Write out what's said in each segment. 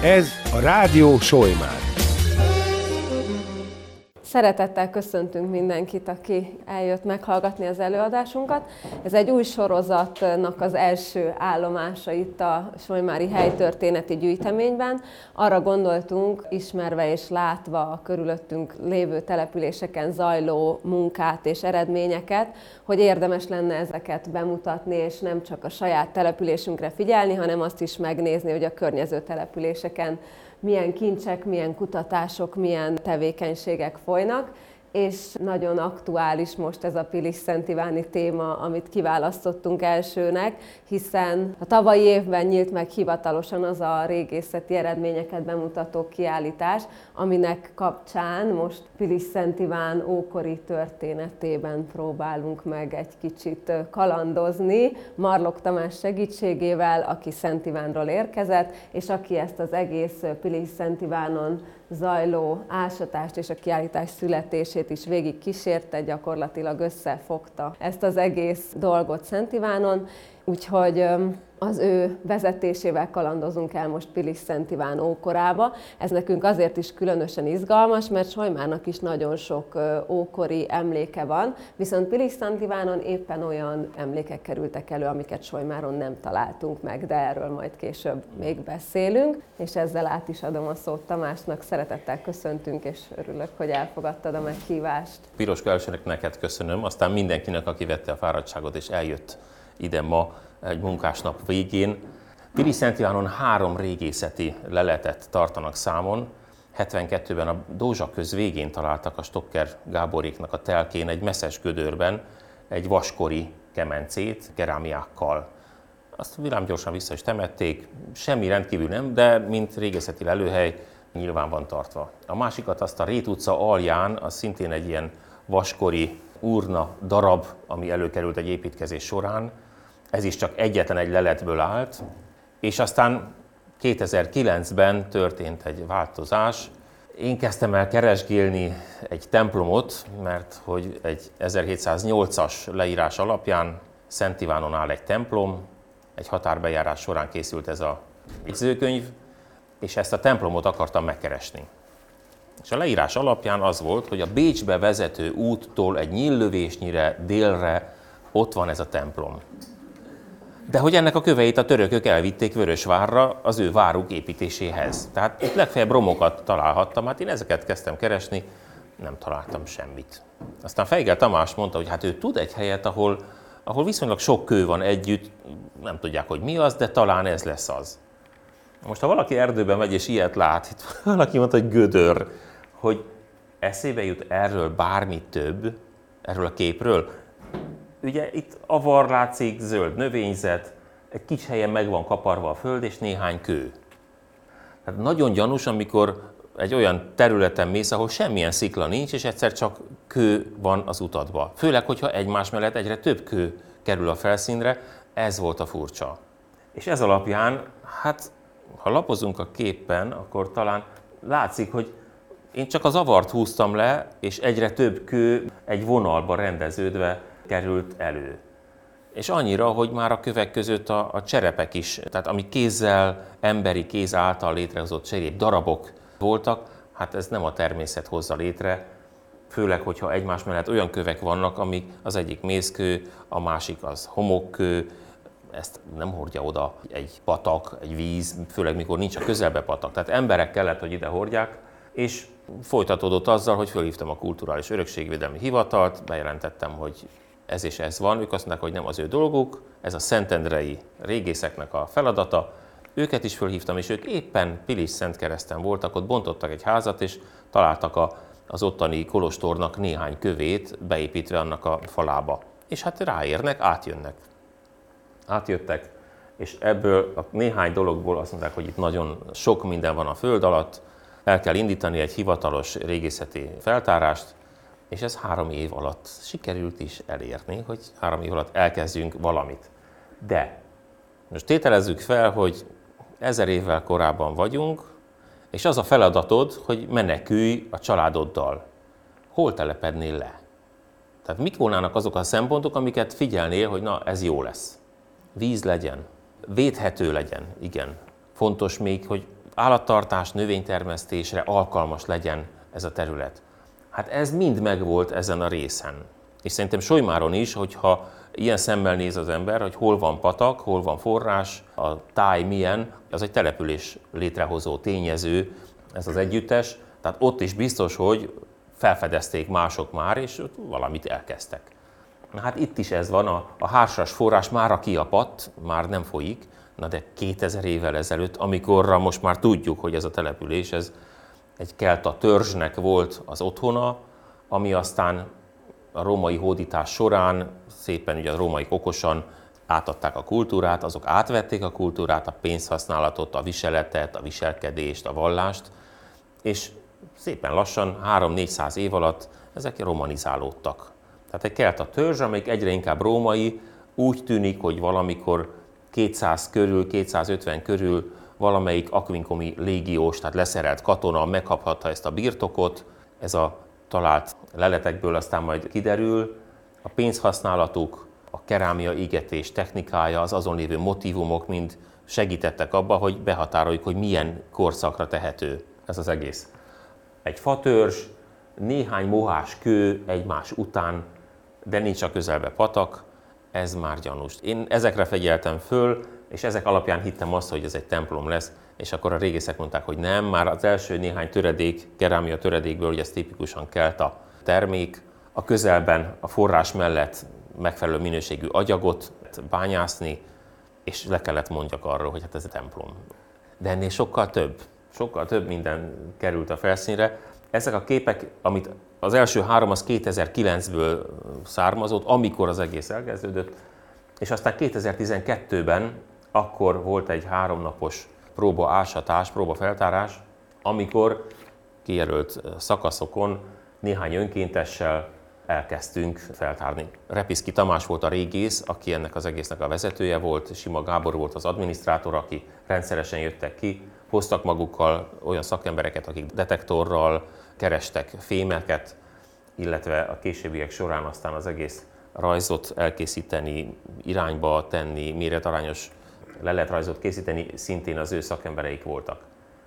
Ez a Rádió Solymár. Szeretettel köszöntünk mindenkit, aki eljött meghallgatni az előadásunkat. Ez egy új sorozatnak az első állomása itt a Solymári Helytörténeti Gyűjteményben. Arra gondoltunk, ismerve és látva a körülöttünk lévő településeken zajló munkát és eredményeket, hogy érdemes lenne ezeket bemutatni, és nem csak a saját településünkre figyelni, hanem azt is megnézni, hogy a környező településeken milyen kincsek, milyen kutatások, milyen tevékenységek folynak, és nagyon aktuális most ez a Pilis-Szent Iváni téma, amit kiválasztottunk elsőnek, hiszen a tavalyi évben nyílt meg hivatalosan az a régészeti eredményeket bemutató kiállítás, aminek kapcsán most Pilis-Szent Iván ókori történetében próbálunk meg egy kicsit kalandozni, Marlok Tamás segítségével, aki Szent Ivánról érkezett, és aki ezt az egész Pilis-Szent Ivánon zajló ásatást és a kiállítás születését is végig kísérte, gyakorlatilag összefogta ezt az egész dolgot Szent Ivánon, úgyhogy az ő vezetésével kalandozunk el most Pilis-Szent Iván ókorába. Ez nekünk azért is különösen izgalmas, mert Solymárnak is nagyon sok ókori emléke van, viszont Pilis-Szent Ivánon éppen olyan emlékek kerültek elő, amiket Solymáron nem találtunk meg, de erről majd később még beszélünk. És ezzel át is adom a szót Tamásnak. Szeretettel köszöntünk, és örülök, hogy elfogadtad a meghívást. Piroska, elsőnek neked köszönöm, aztán mindenkinek, aki vette a fáradtságot és eljött ide ma egy munkásnap végén. Pilis-Szent Ivánon 3 régészeti leletet tartanak számon. 72-ben a Dózsaköz végén találtak a Stocker Gáboréknak a telkén egy messzes gödörben egy vaskori kemencét kerámiákkal. Azt villámgyorsan vissza is temették, semmi rendkívül nem, de mint régészeti lelőhely nyilván van tartva. A másikat azt a Rét utca alján, az szintén egy ilyen vaskori urna darab, ami előkerült egy építkezés során. Ez is csak egyetlen egy leletből állt, és aztán 2009-ben történt egy változás. Én kezdtem el keresgélni egy templomot, mert hogy egy 1708-as leírás alapján Szent Ivánon áll egy templom, egy határbejárás során készült ez a jegyzőkönyv, és ezt a templomot akartam megkeresni. És a leírás alapján az volt, hogy a Bécsbe vezető úttól egy nyíllövésnyire délre ott van ez a templom. De hogy ennek a köveit a törökök elvitték Vörösvárra az ő váruk építéséhez. Tehát itt legfeljebb romokat találhattam, hát én ezeket kezdtem keresni, nem találtam semmit. Aztán Fejgel Tamás mondta, hogy hát ő tud egy helyet, ahol viszonylag sok kő van együtt, nem tudják, hogy mi az, de talán ez lesz az. Most, ha valaki erdőben megy és ilyet lát, itt valaki mondta, hogy gödör, hogy eszébe jut erről bármi több, erről a képről. Ugye itt avar látszik, zöld növényzet, egy kis helyen meg van kaparva a föld, és néhány kő. Tehát nagyon gyanús, amikor egy olyan területen mész, ahol semmilyen szikla nincs, és egyszer csak kő van az utadba. Főleg, hogyha egymás mellett egyre több kő kerül a felszínre, ez volt a furcsa. És ez alapján, hát ha lapozunk a képen, akkor talán látszik, hogy én csak az avart húztam le, és egyre több kő egy vonalba rendeződve került elő. És annyira, hogy már a kövek között a cserepek is, tehát ami kézzel, emberi kéz által létrehozott cserép darabok voltak, hát ez nem a természet hozza létre, főleg, hogyha egymás mellett olyan kövek vannak, amik az egyik mészkő, a másik az homokkő, ezt nem hordja oda egy patak, egy víz, főleg mikor nincs a közelbe patak. Tehát emberek kellett, hogy ide hordják, és folytatódott azzal, hogy fölhívtam a Kulturális Örökségvédelmi Hivatalt, bejelentettem, hogy ez és ez van, ők azt mondták, hogy nem az ő dolguk, ez a szentendrei régészeknek a feladata. Őket is fölhívtam, és ők éppen Pilis-Szentkereszten voltak, ott bontottak egy házat, és találtak az ottani kolostornak néhány kövét beépítve annak a falába. És hát ráérnek, átjöttek, és ebből a néhány dologból azt mondták, hogy itt nagyon sok minden van a föld alatt, el kell indítani egy hivatalos régészeti feltárást, és ez 3 év alatt sikerült is elérni, hogy 3 év alatt elkezdjünk valamit. De most tételezzük fel, hogy 1000 évvel korábban vagyunk, és az a feladatod, hogy menekülj a családoddal. Hol telepednél le? Tehát mik volnának azok a szempontok, amiket figyelnél, hogy na, ez jó lesz? Víz legyen, védhető legyen, igen. Fontos még, hogy állattartás, növénytermesztésre alkalmas legyen ez a terület. Hát ez mind megvolt ezen a részen. És szerintem Solymáron is, hogyha ilyen szemmel néz az ember, hogy hol van patak, hol van forrás, a táj milyen, az egy település létrehozó tényező, ez az együttes. Tehát ott is biztos, hogy felfedezték mások már, és valamit elkezdtek. Na hát itt is ez van, a hársas forrás mára kiapadt, már nem folyik, na de 2000 évvel ezelőtt, amikorra most már tudjuk, hogy ez a település, ez egy kelta törzsnek volt az otthona, ami aztán a római hódítás során szépen ugye a rómaiak okosan átadták a kultúrát, azok átvették a kultúrát, a pénzhasználatot, a viseletet, a viselkedést, a vallást, és szépen lassan, 300-400 év alatt ezek romanizálódtak. Tehát egy kelta törzs, amelyik egyre inkább római, úgy tűnik, hogy valamikor 200 körül, 250 körül valamelyik aquincumi légiós, tehát leszerelt katona megkaphatta ezt a birtokot. Ez a talált leletekből aztán majd kiderül. A pénzhasználatuk, a kerámia égetés technikája, az azon lévő motívumok mind segítettek abba, hogy behatároljuk, hogy milyen korszakra tehető ez az egész. Egy fatörzs, néhány mohás kő egymás után, de nincs a közelbe patak, ez már gyanús. Én ezekre fegyeltem föl, és ezek alapján hittem azt, hogy ez egy templom lesz, és akkor a régészek mondták, hogy nem, már az első néhány töredék, kerámia töredékből, hogy ez tipikusan kelta termék, a közelben a forrás mellett megfelelő minőségű agyagot bányászni, és le kellett mondjak arról, hogy hát ez a templom. De ennél sokkal több minden került a felszínre. Ezek a képek, amit az első 3 az 2009-ből származott, amikor az egész elkezdődött, és aztán 2012-ben akkor volt egy 3 napos próbaásatás, próbafeltárás, amikor kijelölt szakaszokon néhány önkéntessel elkezdtünk feltárni. Repiszki Tamás volt a régész, aki ennek az egésznek a vezetője volt, Sima Gábor volt az adminisztrátor, aki rendszeresen jöttek ki, hoztak magukkal olyan szakembereket, akik detektorral kerestek fémeket, illetve a későbbiek során aztán az egész rajzot elkészíteni, irányba tenni, méretarányos leletrajzot készíteni, szintén az ő szakembereik voltak.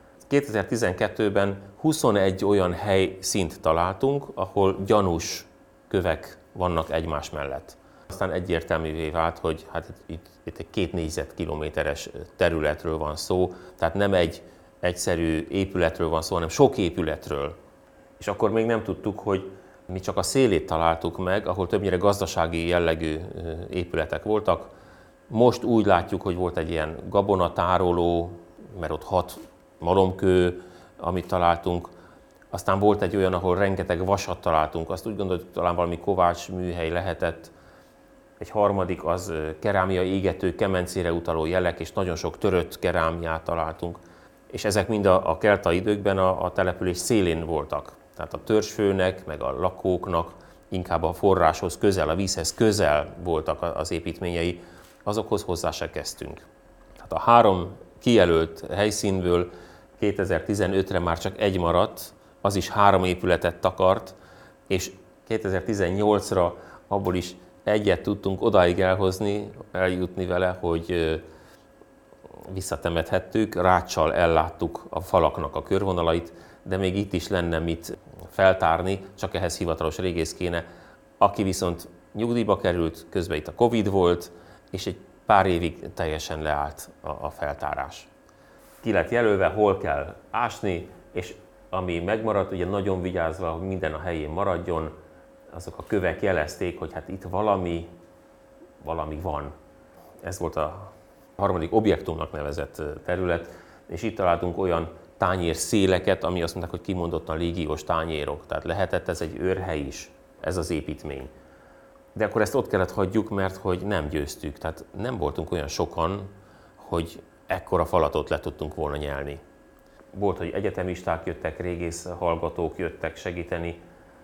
2012-ben 21 olyan helyszínt találtunk, ahol gyanús kövek vannak egymás mellett. Aztán egyértelművé vált, hogy hát itt egy 2 négyzetkilométeres területről van szó, tehát nem egy egyszerű épületről van szó, hanem sok épületről. És akkor még nem tudtuk, hogy mi csak a szélét találtuk meg, ahol többnyire gazdasági jellegű épületek voltak. Most úgy látjuk, hogy volt egy ilyen gabonatároló, mert ott 6 malomkő, amit találtunk. Aztán volt egy olyan, ahol rengeteg vasat találtunk, azt úgy gondoltuk, talán valami kovács műhely lehetett. Egy harmadik az kerámia égető, kemencére utaló jelek, és nagyon sok törött kerámiát találtunk. És ezek mind a kelta időkben a település szélén voltak. Tehát a törzsfőnek, meg a lakóknak inkább a forráshoz közel, a vízhez közel voltak az építményei, azokhoz hozzá se kezdtünk. Tehát a 3 kijelölt helyszínből 2015-re már csak egy maradt, az is 3 épületet takart, és 2018-ra abból is egyet tudtunk odáig eljutni vele, hogy visszatemethettük, ráccsal elláttuk a falaknak a körvonalait, de még itt is lenne mit feltárni, csak ehhez hivatalos régész kéne, aki viszont nyugdíjba került, közben itt a Covid volt, és egy pár évig teljesen leállt a feltárás. Ki lett jelölve, hol kell ásni, és ami megmaradt, ugye nagyon vigyázva, hogy minden a helyén maradjon, azok a kövek jelezték, hogy hát itt valami van. Ez volt a harmadik objektumnak nevezett terület, és itt találtunk olyan tányérszéleket, ami azt mondták, hogy kimondottan légiós tányérok. Tehát lehetett ez egy őrhely is, ez az építmény. De akkor ezt ott kellett hagyjuk, mert hogy nem győztük. Tehát nem voltunk olyan sokan, hogy ekkora falatot le tudtunk volna nyelni. Volt, hogy egyetemisták jöttek, régész hallgatók jöttek segíteni,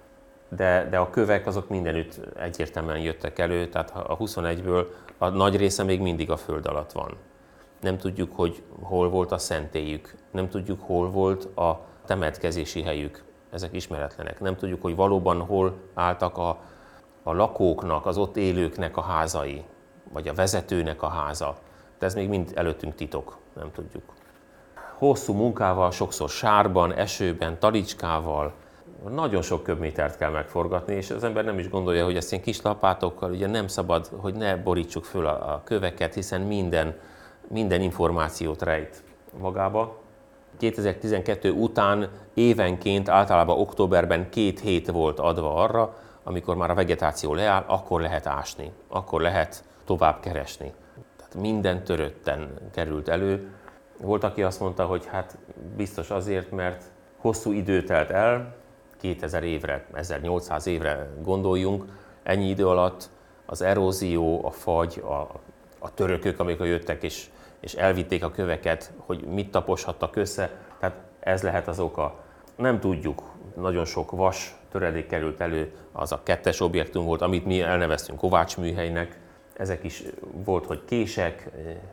de a kövek azok mindenütt egyértelműen jöttek elő, tehát a 21-ből a nagy része még mindig a föld alatt van. Nem tudjuk, hogy hol volt a szentélyük, nem tudjuk, hol volt a temetkezési helyük, ezek ismeretlenek. Nem tudjuk, hogy valóban hol álltak a lakóknak, az ott élőknek a házai, vagy a vezetőnek a háza. De ez még mind előttünk titok, nem tudjuk. hosszú munkával, sokszor sárban, esőben, talicskával, nagyon sok köbmétert kell megforgatni, és az ember nem is gondolja, hogy ezt ilyen kis lapátokkal, ugye nem szabad, hogy ne borítsuk föl a köveket, hiszen minden információt rejt magába. 2012 után évenként, általában októberben 2 hét volt adva arra, amikor már a vegetáció leáll, akkor lehet ásni, akkor lehet tovább keresni. Tehát minden törötten került elő. Volt, aki azt mondta, hogy hát biztos azért, mert hosszú idő telt el, 2000 évre, 1800 évre gondoljunk, ennyi idő alatt az erózió, a fagy, a törökök, amikor jöttek és elvitték a köveket, hogy mit taposhattak össze, tehát ez lehet az oka. Nem tudjuk, nagyon sok vas töredék került elő, az a 2-es objektum volt, amit mi elneveztünk kovácsműhelynek. Ezek is volt, hogy kések,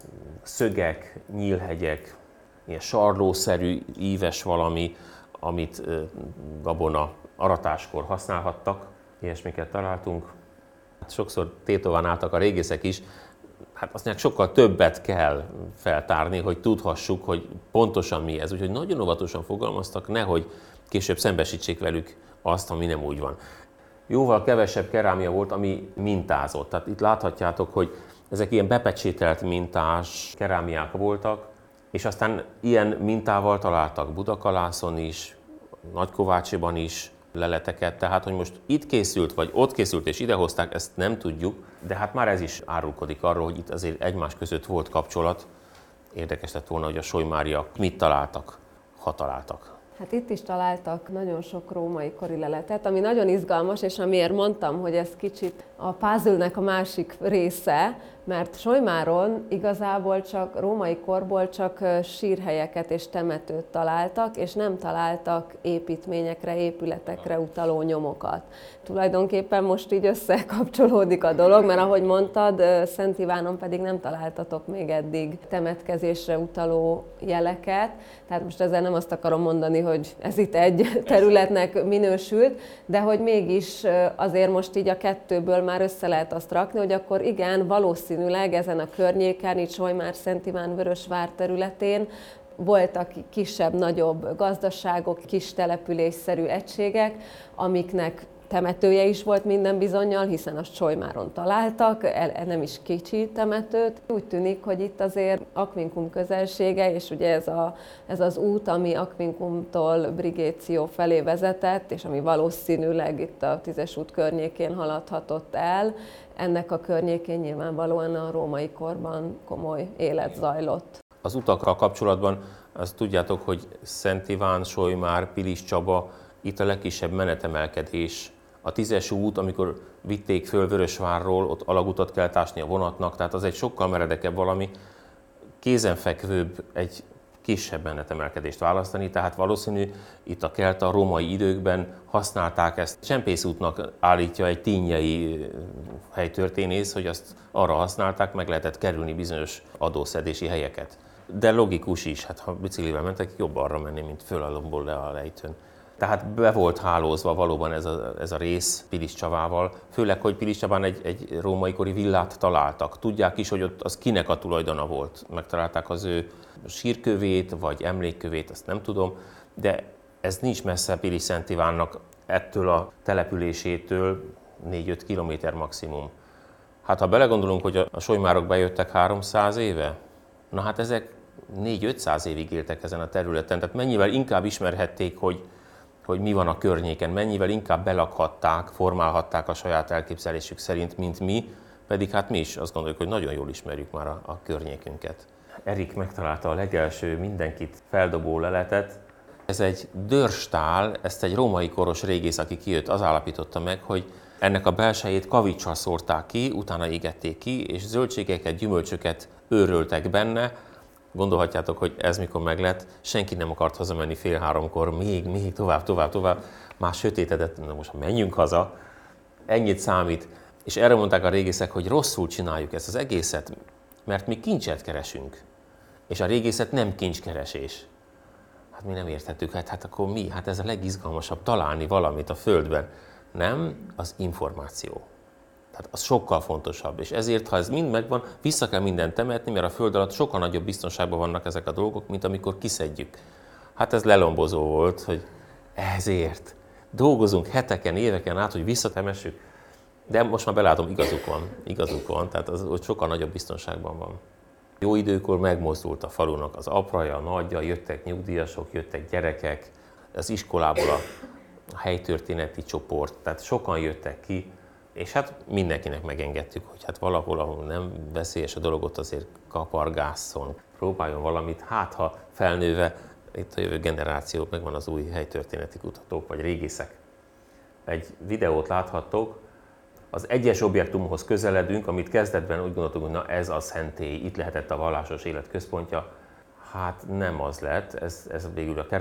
szögek, nyílhegyek, ilyen sarlószerű, íves valami, amit gabona aratáskor használhattak, ilyesmiket találtunk. Sokszor tétován álltak a régészek is, hát azt mondják, sokkal többet kell feltárni, hogy tudhassuk, hogy pontosan mi ez. Úgyhogy nagyon óvatosan fogalmaztak, nehogy később szembesítsék velük azt, ami nem úgy van. Jóval kevesebb kerámia volt, ami mintázott. Tehát itt láthatjátok, hogy ezek ilyen bepecsételt mintás kerámiák voltak, és aztán ilyen mintával találtak Budakalászon is, Nagykovácsiban is leleteket, tehát hogy most itt készült, vagy ott készült és idehozták, ezt nem tudjuk, de hát már ez is árulkodik arról, hogy itt azért egymás között volt kapcsolat. Érdekes lett volna, hogy a solymáriak mit találtak, ha találtak. Hát itt is találtak nagyon sok római kori leletet, ami nagyon izgalmas, és amiért mondtam, hogy ez kicsit a puzzle-nek a másik része, mert Solymáron igazából csak római korból csak sírhelyeket és temetőt találtak, és nem találtak építményekre, épületekre utaló nyomokat. Tulajdonképpen most így összekapcsolódik a dolog, mert ahogy mondtad, Szent Ivánon pedig nem találtatok még eddig temetkezésre utaló jeleket. Tehát most ezzel nem azt akarom mondani, hogy ez itt egy területnek minősült, de hogy mégis azért most így a kettőből már össze lehet azt rakni, hogy akkor igen, valószínűleg ezen a környéken, itt Solymár, Szent Iván, Vörösvár területén voltak kisebb-nagyobb gazdaságok, kis településszerű egységek, amiknek temetője is volt minden bizonnyal, hiszen azt Solymáron találtak, nem is kicsi temetőt. Úgy tűnik, hogy itt azért Aquincum közelsége, és ugye ez az út, ami Aquincumtól Brigéció felé vezetett, és ami valószínűleg itt a 10-es út környékén haladhatott el, ennek a környékén nyilvánvalóan a római korban komoly élet zajlott. Az utakkal kapcsolatban azt tudjátok, hogy Szent Iván, Solymár, Pilis Csaba, itt a legkisebb menetemelkedés. A 10-es út, amikor vitték föl Vörösvárról, ott alagutat kellett ásni a vonatnak, tehát az egy sokkal meredekebb valami, kézenfekvőbb egy kisebb menetemelkedést választani, tehát valószínű itt a kelta római időkben használták ezt. Csempészútnak állítja egy tínyei helytörténész, hogy azt arra használták, meg lehetett kerülni bizonyos adószedési helyeket. De logikus is, hát ha biciklivel mentek, jobb arra menni, mint föl a lombból le a lejtőn. Tehát be volt hálózva valóban ez a rész Pilis Csavával, főleg, hogy Pilis Csabán egy római kori villát találtak. Tudják is, hogy ott az kinek a tulajdona volt. Megtalálták az ő sírkövét, vagy emlékkövét, azt nem tudom, de ez nincs messze Pilis Szent Ivánnak ettől a településétől 4-5 kilométer maximum. Hát ha belegondolunk, hogy a solymárok bejöttek 300 éve, na hát ezek 400-500 évig éltek ezen a területen, tehát mennyivel inkább ismerhették, hogy mi van a környéken, mennyivel inkább belakhatták, formálhatták a saját elképzelésük szerint, mint mi, pedig hát mi is azt gondoljuk, hogy nagyon jól ismerjük már a környékünket. Erik megtalálta a legelső mindenkit feldobó leletet. Ez egy dörstál, ezt egy római koros régész, aki kijött, az állapította meg, hogy ennek a belsejét kaviccsal szórták ki, utána égették ki, és zöldségeket, gyümölcsöket őröltek benne. Gondolhatjátok, hogy ez mikor meglett, senki nem akart hazamenni 2:30-kor, még tovább, már sötétedett, na most menjünk haza, ennyit számít. És erre mondták a régészek, hogy rosszul csináljuk ezt az egészet, mert mi kincset keresünk, és a régészet nem kincskeresés. Hát mi nem értettük, hát akkor mi? Hát ez a legizgalmasabb, találni valamit a Földben. Nem, az információ. Tehát Hát az sokkal fontosabb, és ezért, ha ez mind megvan, vissza kell mindent temetni, mert a föld alatt sokkal nagyobb biztonságban vannak ezek a dolgok, mint amikor kiszedjük. Hát ez lelombozó volt, hogy ezért dolgozunk heteken, éveken át, hogy visszatemessük, de most már belátom, igazuk van, tehát az ott sokkal nagyobb biztonságban van. Jó időkor megmozdult a falunak az apraja, a nagyja, jöttek nyugdíjasok, jöttek gyerekek, az iskolából a helytörténeti csoport, tehát sokan jöttek ki, és hát mindenkinek megengedtük, hogy hát valahol, ahol nem veszélyes a dolog, ott azért kapargásszon, próbáljon valamit, hát ha felnőve, itt a jövő generációk, megvan az új helytörténeti kutatók vagy régészek. Egy videót láthattok, az egyes objektumhoz közeledünk, amit kezdetben úgy gondoltuk, hogy na ez a szentély, itt lehetett a vallásos élet központja. Hát nem az lett, ez végül a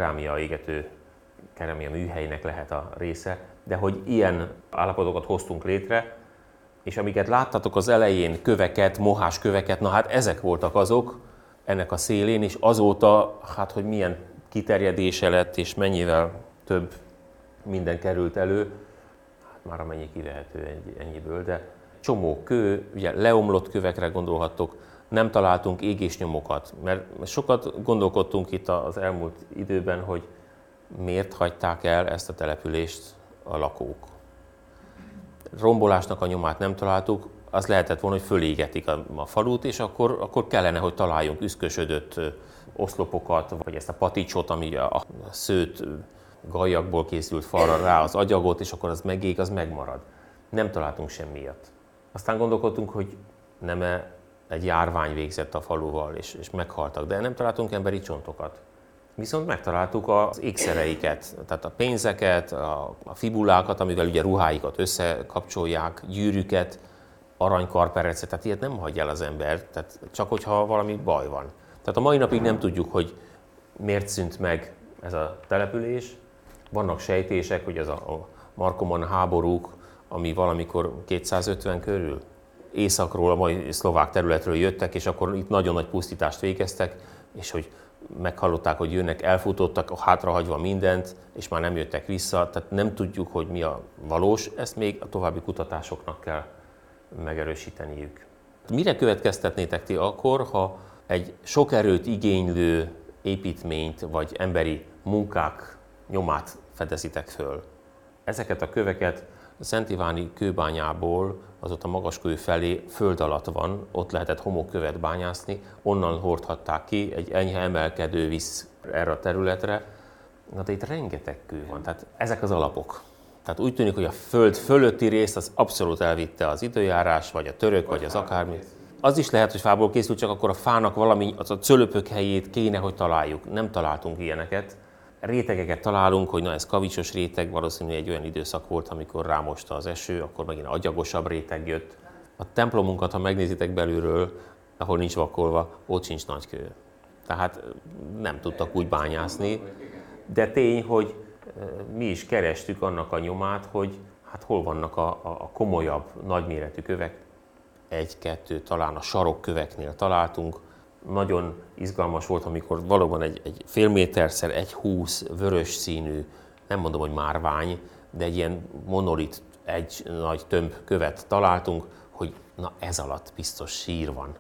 kerámia műhelynek lehet a része, de hogy ilyen állapotokat hoztunk létre, és amiket láttatok az elején, köveket, mohás köveket, na hát ezek voltak azok ennek a szélén, és azóta, hát hogy milyen kiterjedése lett, és mennyivel több minden került elő, hát már amennyi kivehető ennyiből, de csomó kő, ugye leomlott kövekre gondolhattok, nem találtunk égésnyomokat, mert sokat gondolkodtunk itt az elmúlt időben, hogy miért hagyták el ezt a települést a lakók. Rombolásnak a nyomát nem találtuk, az lehetett volna, hogy fölégetik a falut, és akkor kellene, hogy találjunk üszkösödött oszlopokat, vagy ezt a paticsot, ami a szőtt gallyakból készült falra rá az agyagot, és akkor az megég, az megmarad. Nem találtunk semmiért. Aztán gondolkodtunk, hogy nem-e egy járvány végzett a faluval, és meghaltak, de nem találtunk emberi csontokat. Viszont megtaláltuk az ékszereiket, tehát a pénzeket, a fibulákat, amivel ugye ruháikat összekapcsolják, gyűrűket, aranykarperecet, tehát ilyet nem hagyja el az ember, tehát csak hogyha valami baj van. Tehát a mai napig nem tudjuk, hogy miért szűnt meg ez a település. Vannak sejtések, hogy ez a markoman háborúk, ami valamikor 250 körül északról, a mai szlovák területről jöttek, és akkor itt nagyon nagy pusztítást végeztek, és hogy meghallották, hogy jönnek, elfutottak, hátrahagyva mindent, és már nem jöttek vissza, tehát nem tudjuk, hogy mi a valós, ezt még a további kutatásoknak kell megerősíteniük. Mire következtetnétek ti akkor, ha egy sok erőt igénylő építményt vagy emberi munkák nyomát fedezitek föl? Ezeket a köveket a Szent Iváni kőbányából, az ott a Magaskő felé föld alatt van, ott lehetett homokkövet bányászni, onnan hordhatták ki, egy enyhe emelkedő visz erre a területre. Na de itt rengeteg kő van, tehát ezek az alapok. Tehát úgy tűnik, hogy a föld fölötti részt az abszolút elvitte az időjárás, vagy a török, vagy az akármi. Az is lehet, hogy fából készült, csak akkor a fának valami, az a cölöpök helyét kéne, hogy találjuk. Nem találtunk ilyeneket. Rétegeket találunk, hogy na ez kavicsos réteg, valószínűleg egy olyan időszak volt, amikor rámosta az eső, akkor megint agyagosabb réteg jött. A templomunkat, ha megnézitek belülről, ahol nincs vakolva, ott sincs nagy kő. Tehát nem tudtak úgy bányászni, de tény, hogy mi is kerestük annak a nyomát, hogy hát hol vannak a komolyabb, nagyméretű kövek. Egy-kettő, talán a sarokköveknél találtunk. Nagyon izgalmas volt, amikor valóban egy fél méterszer 1,20 vörös színű, nem mondom, hogy márvány, de egy ilyen monolit, egy nagy tömb követ találtunk, hogy na ez alatt biztos sír van.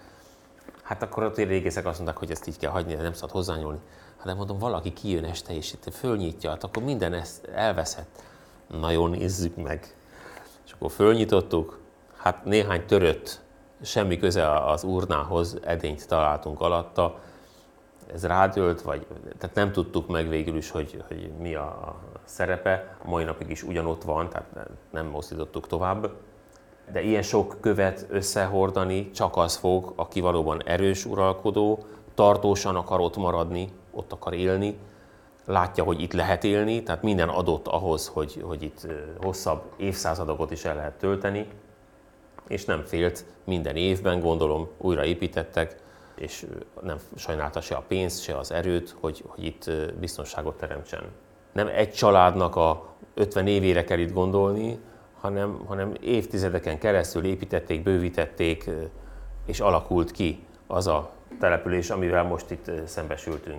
Hát akkor a régészek azt mondták, hogy ezt így kell hagyni, nem szabad hozzányúlni. Hát nem mondom, valaki kijön este és itt fölnyitja, hát akkor minden ezt elveszett. Na jó, nézzük meg. És akkor fölnyitottuk, hát néhány törött, semmi köze az urnához, edényt találtunk alatta. Ez rádölt, tehát nem tudtuk meg végül is, hogy mi a szerepe. Mai napig is ugyanott van, tehát nem mozdítottuk tovább. De ilyen sok követ összehordani csak az fog, aki valóban erős uralkodó, tartósan akar ott maradni, ott akar élni, látja, hogy itt lehet élni, tehát minden adott ahhoz, hogy itt hosszabb évszázadokat is el lehet tölteni, és nem félt minden évben, gondolom, újra építettek, és nem sajnálta se a pénzt, se az erőt, hogy itt biztonságot teremtsen. Nem egy családnak a 50 évére kell itt gondolni, hanem évtizedeken keresztül építették, bővítették, és alakult ki az a település, amivel most itt szembesültünk.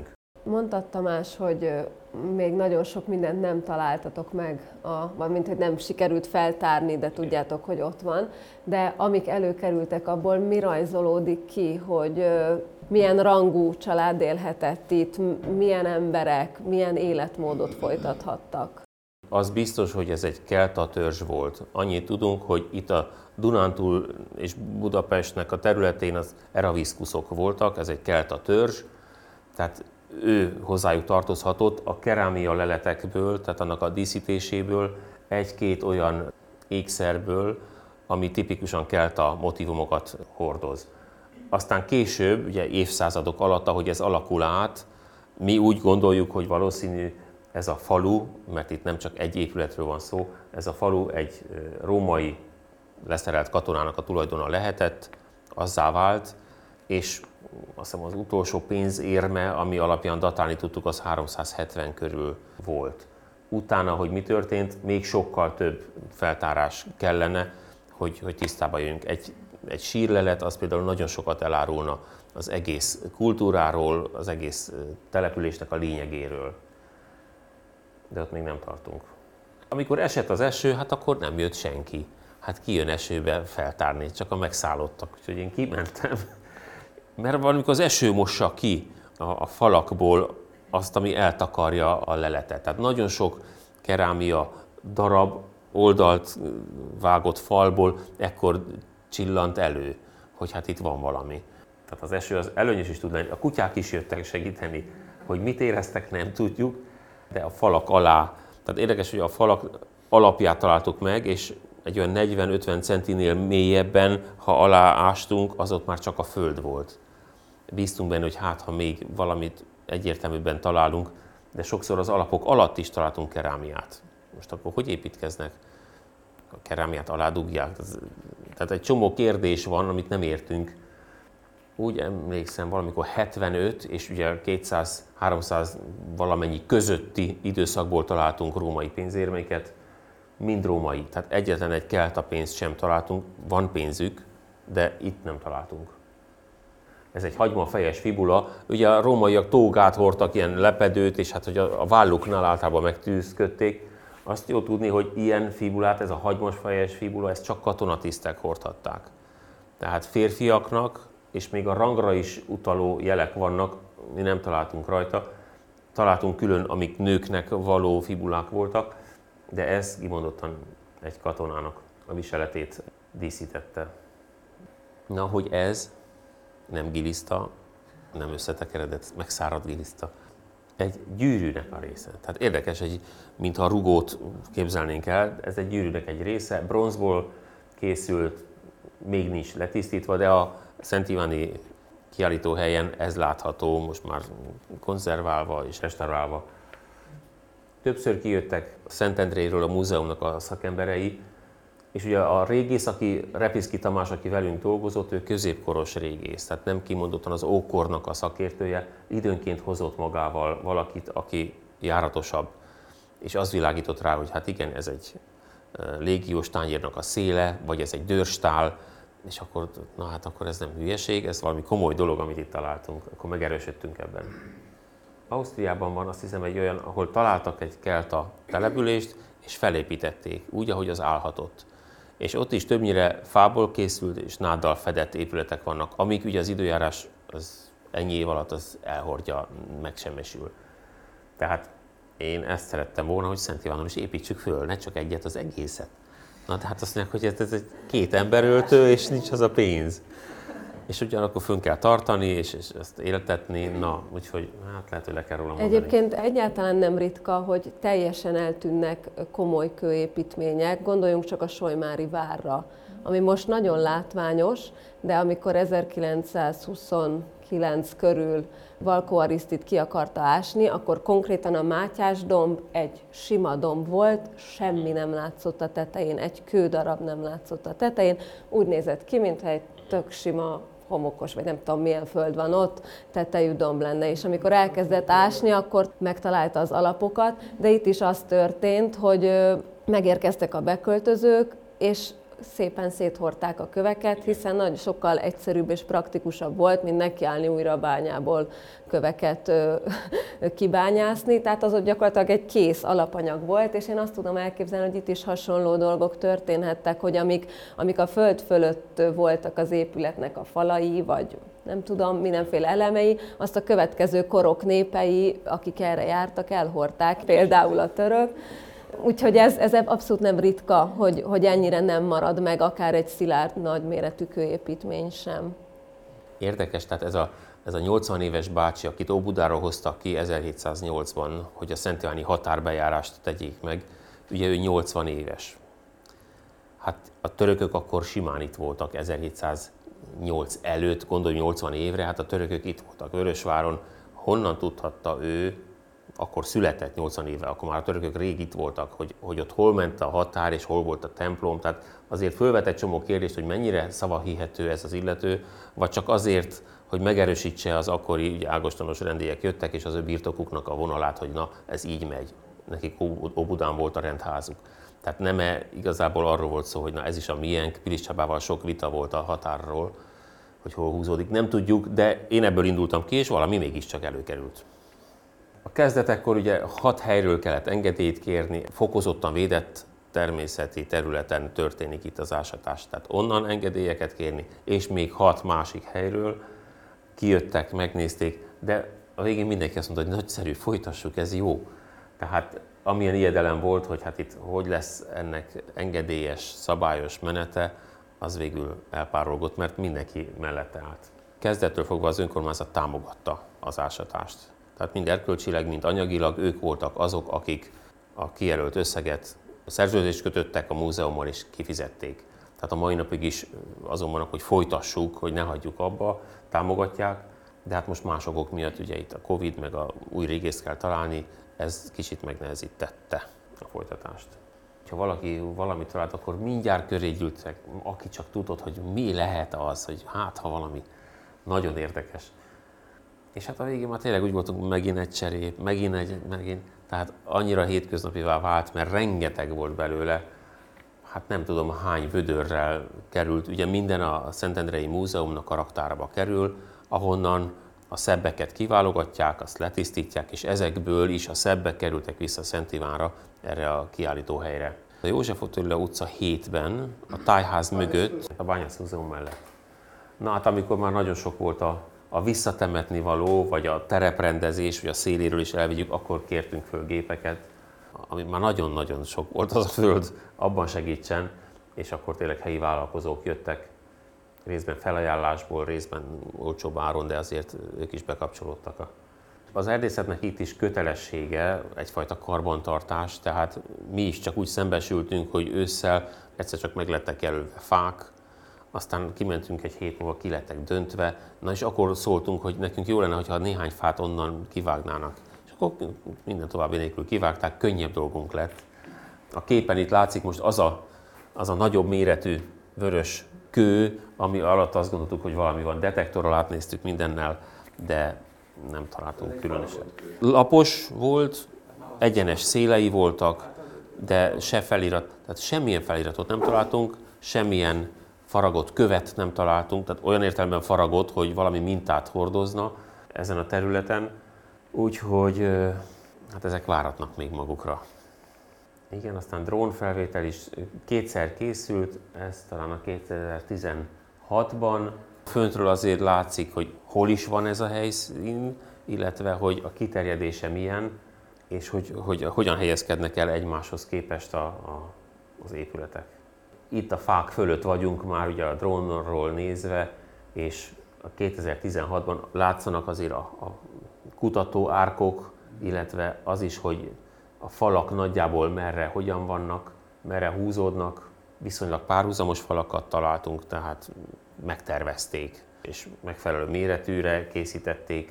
Mondtad, Tamás, hogy még nagyon sok mindent nem találtatok meg, mint hogy nem sikerült feltárni, de tudjátok, hogy ott van. De amik előkerültek, abból mi rajzolódik ki, hogy milyen rangú család élhetett itt, milyen emberek, milyen életmódot folytathattak? Az biztos, hogy ez egy kelta törzs volt. Annyit tudunk, hogy itt a Dunántúl és Budapestnek a területén az eraviszkuszok voltak, ez egy kelta törzs, tehát ő hozzájuk tartozhatott a kerámia leletekből, tehát annak a díszítéséből, egy-két olyan ékszerből, ami tipikusan kelta motívumokat hordoz. Aztán később, ugye évszázadok alatt, ahogy ez alakul át, mi úgy gondoljuk, hogy valószínű ez a falu, mert itt nem csak egy épületről van szó, ez a falu egy római leszerelt katonának a tulajdona lehetett, azzá vált, és azt hiszem az utolsó pénzérme, ami alapján datálni tudtuk, az 370 körül volt. Utána, hogy mi történt, még sokkal több feltárás kellene, hogy tisztába jöjjünk. Egy sírlelet az például nagyon sokat elárulna az egész kultúráról, az egész településnek a lényegéről. De ott még nem tartunk. Amikor esett az eső, hát akkor nem jött senki. Hát ki jön esőbe feltárni, csak a megszállottak. Úgyhogy én kimentem. Mert valamikor az eső mossa ki a falakból azt, ami eltakarja a leletet. Tehát nagyon sok kerámia darab, oldalt vágott falból ekkor csillant elő, hogy hát itt van valami. Tehát az eső az előnyös is tud lenni. A kutyák is jöttek segíteni, hogy mit éreztek, nem tudjuk, de a falak alá. Tehát érdekes, hogy a falak alapját találtuk meg, és egy olyan 40-50 centinél mélyebben, ha aláástunk, az ott már csak a föld volt. Bíztunk benne, hogy hát, ha még valamit egyértelműbben találunk, de sokszor az alapok alatt is találtunk kerámiát. Most akkor hogy építkeznek? A kerámiát aládugják. Tehát egy csomó kérdés van, amit nem értünk. Úgy emlékszem, valamikor 75 és ugye 200-300 valamennyi közötti időszakból találtunk római pénzérméket, mind római. Tehát egyetlen egy kelta pénzt sem találtunk, van pénzük, de itt nem találtunk. Ez egy hagymafejes fibula. Ugye a rómaiak tógát hordtak, ilyen lepedőt, és hát hogy a válluknál általában megtűzködték. Azt jó tudni, hogy ilyen fibulát, ez a hagymafejes fibula, ezt csak katonatisztek hordhatták. Tehát férfiaknak, és még a rangra is utaló jelek vannak, mi nem találtunk rajta. Találtunk külön, amik nőknek való fibulák voltak, de ez kimondottan egy katonának a viseletét díszítette. Na, hogy ez nem giliszta, nem összetekeredett, megszáradt giliszta, egy gyűrűnek a része. Tehát érdekes, mintha a rugót képzelnénk el, ez egy gyűrűnek egy része, bronzból készült, még nincs letisztítva, de a Szent Iváni kiállítóhelyen ez látható, most már konzerválva és restaurálva. Többször kijöttek Szentendréről a múzeumnak a szakemberei, és ugye a régész, Repiszky Tamás, aki velünk dolgozott, ő középkoros régész, tehát nem kimondottan az ókornak a szakértője, időnként hozott magával valakit, aki járatosabb, és az világított rá, hogy hát igen, ez egy légiós tányérnak a széle, vagy ez egy dőrstál, és akkor, na hát akkor ez nem hülyeség, ez valami komoly dolog, amit itt találtunk, akkor megerősödtünk ebben. Ausztriában van azt hiszem egy olyan, ahol találtak egy kelta települést, és felépítették, úgy, ahogy az állhatott. És ott is többnyire fából készült és náddal fedett épületek vannak, amik ugye az időjárás az ennyi év alatt az elhordja, megsemmisül. Tehát én ezt szerettem volna, hogy Szent Ivánon is építsük föl, ne csak egyet, az egészet. Na de hát azt mondják, hogy ez egy 2 emberöltő, és nincs az a pénz. És ugyanakkor fönn kell tartani, és ezt éltetni, na, úgyhogy hát lehet, hogy le kell róla mondani. Egyébként egyáltalán nem ritka, hogy teljesen eltűnnek komoly kőépítmények, gondoljunk csak a Solymári várra, ami most nagyon látványos, de amikor 1929 körül Valkó Arisztid ki akarta ásni, akkor konkrétan a Mátyás domb egy sima domb volt, semmi nem látszott a tetején, egy kődarab nem látszott a tetején, úgy nézett ki, mintha egy tök sima homokos, vagy nem tudom milyen föld van ott, tetejű domb lenne, és amikor elkezdett ásni, akkor megtalálta az alapokat, de itt is az történt, hogy megérkeztek a beköltözők, és szépen széthordták a köveket, hiszen nagyon sokkal egyszerűbb és praktikusabb volt, mint nekiállni újra a bányából köveket kibányászni. Tehát az ott gyakorlatilag egy kész alapanyag volt, és én azt tudom elképzelni, hogy itt is hasonló dolgok történhettek, hogy amik a föld fölött voltak az épületnek a falai, vagy nem tudom, mindenféle elemei, azt a következő korok népei, akik erre jártak, elhordták, például a török. Úgyhogy ez abszolút nem ritka, hogy ennyire nem marad meg akár egy szilárd, nagyméretű kőépítmény sem. Érdekes, tehát ez a 80 éves bácsi, akit Óbudáról hoztak ki 1708-ban, hogy a Szent Iváni határbejárást tegyék meg, ugye ő 80 éves. Hát a törökök akkor simán itt voltak 1708 előtt, gondolj 80 évre, hát a törökök itt voltak Vörösváron. Honnan tudhatta ő, akkor született 80 éve, akkor már a törökök rég itt voltak, hogy ott hol ment a határ és hol volt a templom. Tehát azért fölvet egy csomó kérdést, hogy mennyire szavahihető ez az illető, vagy csak azért, hogy megerősítse az akkori ágostonos rendélyek jöttek, és az ő birtokuknak a vonalát, hogy na, ez így megy. Nekik Óbudán volt a rendházuk. Tehát nem igazából arról volt szó, hogy na ez is a miénk, Pilis Csabával sok vita volt a határról, hogy hol húzódik. Nem tudjuk, de én ebből indultam ki, és valami mégiscsak előkerült. A kezdetekkor ugye 6 helyről kellett engedélyt kérni, fokozottan védett természeti területen történik itt az ásatás. Tehát onnan engedélyeket kérni, és még 6 másik helyről kijöttek, megnézték, de a végén mindenki azt mondta, hogy nagyszerű, folytassuk, ez jó. Tehát amilyen ijedelem volt, hogy hát itt hogy lesz ennek engedélyes, szabályos menete, az végül elpárolgott, mert mindenki mellette állt. Kezdettől fogva az önkormányzat támogatta az ásatást. Tehát mind erkölcsileg, mind anyagilag ők voltak azok, akik a kijelölt összeget szerződést kötöttek a múzeummal és kifizették. Tehát a mai napig is azon vannak, hogy folytassuk, hogy ne hagyjuk abba, támogatják, de hát most más okok miatt, ugye itt a Covid, meg a új régészt kell találni, ez kicsit megnehezítette a folytatást. Ha valaki valamit talált, akkor mindjárt köré gyűltek, aki csak tudott, hogy mi lehet az, hogy hát ha valami nagyon érdekes. És hát a végén már tényleg úgy voltunk, megint egy cserép, megint. Tehát annyira hétköznapivá vált, mert rengeteg volt belőle. Hát nem tudom hány vödörrel került. Ugye minden a Szentendrei Múzeumnak a raktárába kerül, ahonnan a szebbeket kiválogatják, azt letisztítják, és ezekből is a szebbek kerültek vissza Szent Ivánra, erre a kiállítóhelyre. A József Attila utca 7-ben, a tájház mögött, a Bányász Múzeum mellett. Na hát amikor már nagyon sok volt a visszatemetni való, vagy a tereprendezés, vagy a széléről is elvigyük, akkor kértünk föl gépeket, ami már nagyon-nagyon sok volt az a föld, abban segítsen, és akkor tényleg helyi vállalkozók jöttek, részben felajánlásból, részben olcsóbb áron, de azért ők is bekapcsolódtak. Az erdészetnek itt is kötelessége egyfajta karbantartás, tehát mi is csak úgy szembesültünk, hogy ősszel egyszer csak meglettek jelölve fák, aztán kimentünk egy hét múlva, ki lettek döntve, na és akkor szóltunk, hogy nekünk jó lenne, hogyha néhány fát onnan kivágnának. És akkor minden további nélkül kivágták, könnyebb dolgunk lett. A képen itt látszik most az a nagyobb méretű vörös kő, ami alatt azt gondoltuk, hogy valami van. Detektorral átnéztük mindennel, de nem találtunk különösen. Lapos volt, egyenes szélei voltak, de se felirat, tehát semmilyen feliratot nem találtunk, semmilyen faragott követ nem találtunk, tehát olyan értelemben faragott, hogy valami mintát hordozna ezen a területen, úgyhogy hát ezek váratnak még magukra. Igen, aztán drónfelvétel is kétszer készült, ez talán a 2016-ban. Föntről azért látszik, hogy hol is van ez a helyszín, illetve hogy a kiterjedése milyen, és hogy hogyan helyezkednek el egymáshoz képest az épületek. Itt a fák fölött vagyunk már ugye a drónról nézve, és a 2016-ban látszanak azért a kutató árkok, illetve az is, hogy a falak nagyjából merre, hogyan vannak, merre húzódnak. Viszonylag párhuzamos falakat találtunk, tehát megtervezték, és megfelelő méretűre készítették.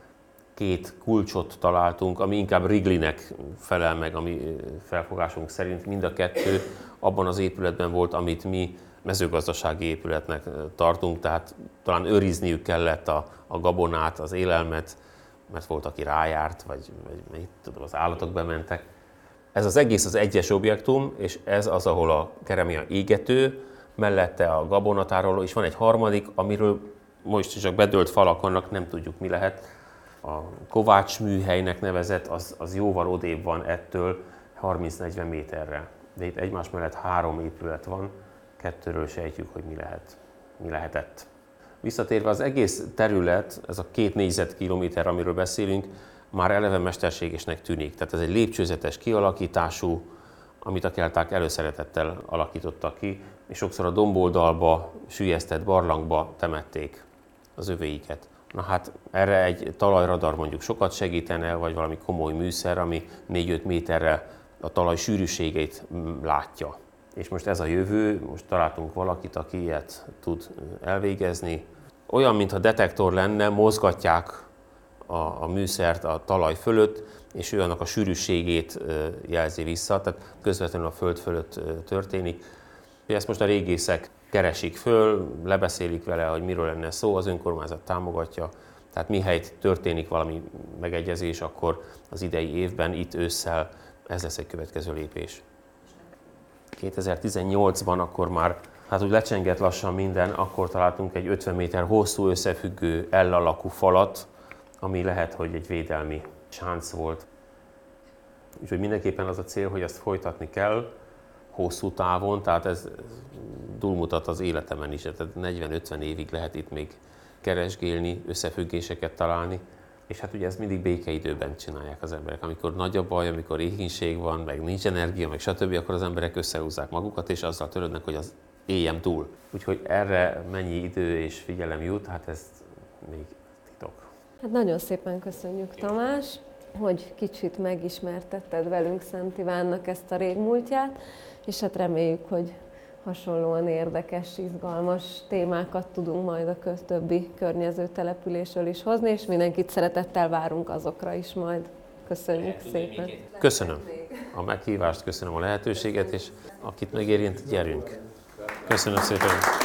2 kulcsot találtunk, ami inkább Wrigleynek felel meg, ami felfogásunk szerint. Mind a 2 abban az épületben volt, amit mi mezőgazdasági épületnek tartunk, tehát talán őrizniük kellett a gabonát, az élelmet, mert volt, aki rájárt, vagy tudom, az állatok bementek. Ez az egész az egyes objektum, és ez az, ahol a kerámia égető, mellette a gabonatároló, és van egy harmadik, amiről most csak bedőlt falak vannak, nem tudjuk mi lehet. A Kovács műhelynek nevezett, az jóval odébb van ettől 30-40 méterre. De itt egymás mellett 3 épület van, 2-ről sejtjük, hogy mi lehetett. Visszatérve az egész terület, ez a 2 négyzetkilométer, amiről beszélünk, már eleve mesterségesnek tűnik. Tehát ez egy lépcsőzetes kialakítású, amit a kelták előszeretettel alakítottak ki, és sokszor a domboldalba, süllyesztett barlangba temették az övéiket. Na hát erre egy talajradar mondjuk sokat segítene, vagy valami komoly műszer, ami 4-5 méterre a talaj sűrűségét látja. És most ez a jövő, most találtunk valakit, aki ilyet tud elvégezni. Olyan, mintha detektor lenne, mozgatják a műszert a talaj fölött, és ő annak a sűrűségét jelzi vissza, tehát közvetlenül a föld fölött történik. Ezt most a régészek keresik föl, lebeszélik vele, hogy miről lenne szó, az önkormányzat támogatja. Tehát mihelyt történik valami megegyezés, akkor az idei évben, itt ősszel ez lesz egy következő lépés. 2018-ban akkor már, hát úgy lecsengett lassan minden, akkor találtunk egy 50 méter hosszú összefüggő L-alakú falat, ami lehet, hogy egy védelmi sánc volt. Úgyhogy mindenképpen az a cél, hogy ezt folytatni kell hosszú távon, tehát ez túlmutat az életemen is, tehát 40-50 évig lehet itt még keresgélni, összefüggéseket találni. És hát ugye ezt mindig békeidőben csinálják az emberek. Amikor nagy a baj, amikor éhínség van, meg nincs energia, meg stb., akkor az emberek összehúzzák magukat, és azzal törődnek, hogy az éljem túl. Úgyhogy erre mennyi idő és figyelem jut, hát ez még titok. Hát nagyon szépen köszönjük, Tamás, hogy kicsit megismertetted velünk Szent Ivánnak ezt a régmúltját, és hát reméljük, hogy hasonlóan érdekes, izgalmas témákat tudunk majd a többi környező településről is hozni, és mindenkit szeretettel várunk azokra is majd. Köszönjük szépen! Köszönöm a meghívást, köszönöm a lehetőséget, és akit megérint, gyerünk! Köszönöm szépen!